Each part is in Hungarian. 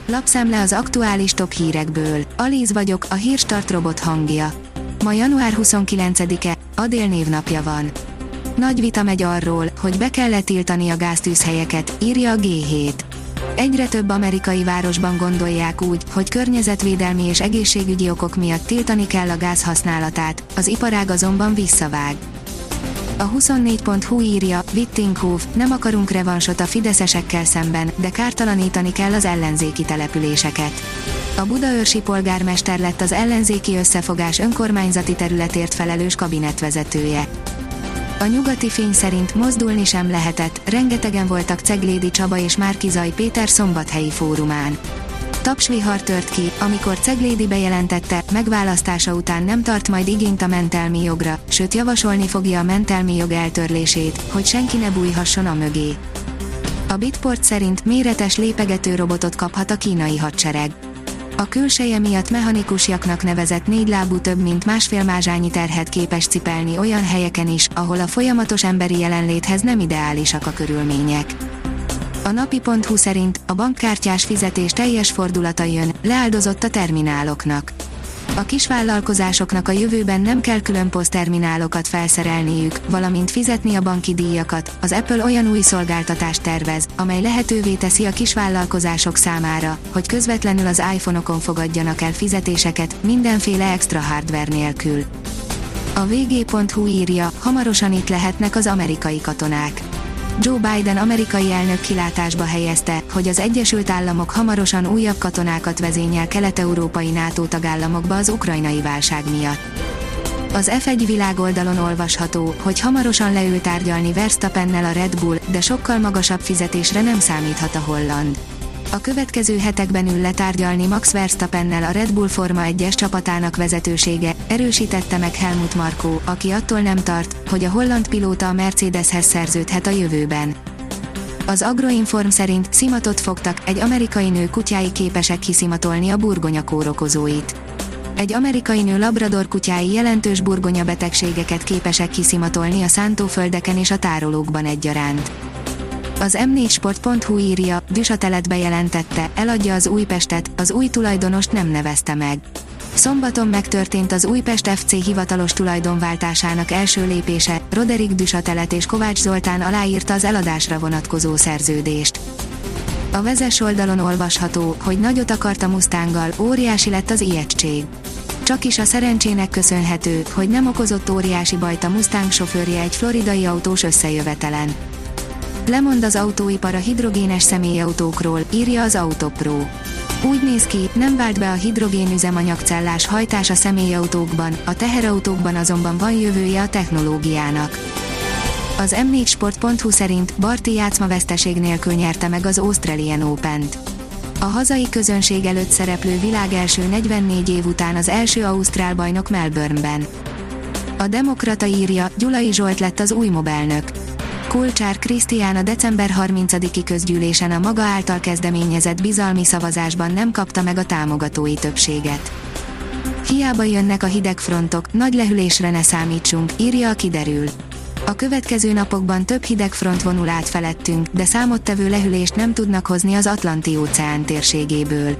Lapszemle az aktuális top hírekből. Alíz vagyok, a Hírstart robot hangja. Ma január 29-e, Adél névnapja van. Nagy vita megy arról, hogy be kell tiltani a gáztűzhelyeket, írja a G7. Egyre több amerikai városban gondolják úgy, hogy környezetvédelmi és egészségügyi okok miatt tiltani kell a gáz használatát, az iparág azonban visszavág. A 24.hu írja, Wittinghoff, nem akarunk revansot a fideszesekkel szemben, de kártalanítani kell az ellenzéki településeket. A budaörsi polgármester lett az ellenzéki összefogás önkormányzati területért felelős kabinetvezetője. A Nyugati Fény szerint mozdulni sem lehetett, rengetegen voltak Ceglédi Csaba és Márki-Zay Péter szombathelyi fórumán. Tapsvihar tört ki, amikor Ceglédi bejelentette, megválasztása után nem tart majd igényt a mentelmi jogra, sőt javasolni fogja a mentelmi jog eltörlését, hogy senki ne bújhasson a mögé. A Bitport szerint méretes lépegető robotot kaphat a kínai hadsereg. A külseje miatt mechanikusjaknak nevezett négylábú több mint másfél mázsányi terhet képes cipelni olyan helyeken is, ahol a folyamatos emberi jelenléthez nem ideálisak a körülmények. A napi.hu szerint a bankkártyás fizetés teljes fordulata jön, leáldozott a termináloknak. A kisvállalkozásoknak a jövőben nem kell külön posztterminálokat felszerelniük, valamint fizetni a banki díjakat. Az Apple olyan új szolgáltatást tervez, amely lehetővé teszi a kisvállalkozások számára, hogy közvetlenül az iPhone-okon fogadjanak el fizetéseket, mindenféle extra hardware nélkül. A vg.hu írja, hamarosan itt lehetnek az amerikai katonák. Joe Biden amerikai elnök kilátásba helyezte, hogy az Egyesült Államok hamarosan újabb katonákat vezényel kelet-európai NATO tagállamokba az ukrajnai válság miatt. Az F1 világoldalon olvasható, hogy hamarosan leül tárgyalni Verstappennel a Red Bull, de sokkal magasabb fizetésre nem számíthat a holland. A következő hetekben ül letárgyalni Max Verstappennel a Red Bull Forma 1-es csapatának vezetősége, erősítette meg Helmut Marko, aki attól nem tart, hogy a holland pilóta a Mercedeshez szerződhet a jövőben. Az Agroinform szerint szimatot fogtak, egy amerikai nő kutyái képesek kiszimatolni a burgonya kórokozóit. Egy amerikai nő labrador kutyái jelentős burgonya betegségeket képesek kiszimatolni a szántóföldeken és a tárolókban egyaránt. Az m4sport.hu írja, Düsatelet bejelentette, eladja az Újpestet, az új tulajdonost nem nevezte meg. Szombaton megtörtént az Újpest FC hivatalos tulajdonváltásának első lépése, Roderick Düsatelet és Kovács Zoltán aláírta az eladásra vonatkozó szerződést. A Vezes oldalon olvasható, hogy nagyot akart a Mustanggal, óriási lett az ijegység. Csak is a szerencsének köszönhető, hogy nem okozott óriási bajt a Mustang sofőrje egy floridai autós összejövetelen. Lemond az autóipar a hidrogénes személyautókról, írja az Autopro. Úgy néz ki, nem vált be a hidrogén üzemanyagcellás hajtás a személyautókban, a teherautókban azonban van jövője a technológiának. Az m4sport.hu szerint Barty játszmaveszteség nélkül nyerte meg az Australian Opent. A hazai közönség előtt szereplő világ első 44 év után az első ausztrál bajnok Melbourneben. A Demokrata írja, Gyulai Zsolt lett az új mobelnök. Kulcsár Krisztián a december 30-i közgyűlésen a maga által kezdeményezett bizalmi szavazásban nem kapta meg a támogatói többséget. Hiába jönnek a hidegfrontok, nagy lehűlésre ne számítsunk, írja a Kiderül. A következő napokban több hidegfront vonul át felettünk, de számottevő lehűlést nem tudnak hozni az Atlanti-óceán térségéből.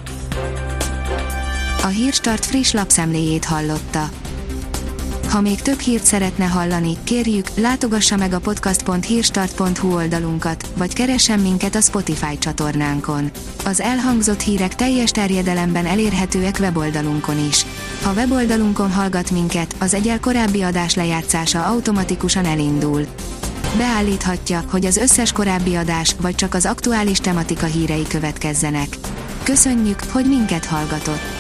A Hírstart friss lapszemléjét hallotta. Ha még több hírt szeretne hallani, kérjük, látogassa meg a podcast.hírstart.hu oldalunkat, vagy keressen minket a Spotify csatornánkon. Az elhangzott hírek teljes terjedelemben elérhetőek weboldalunkon is. Ha weboldalunkon hallgat minket, az egyel korábbi adás lejátszása automatikusan elindul. Beállíthatja, hogy az összes korábbi adás, vagy csak az aktuális tematika hírei következzenek. Köszönjük, hogy minket hallgatott!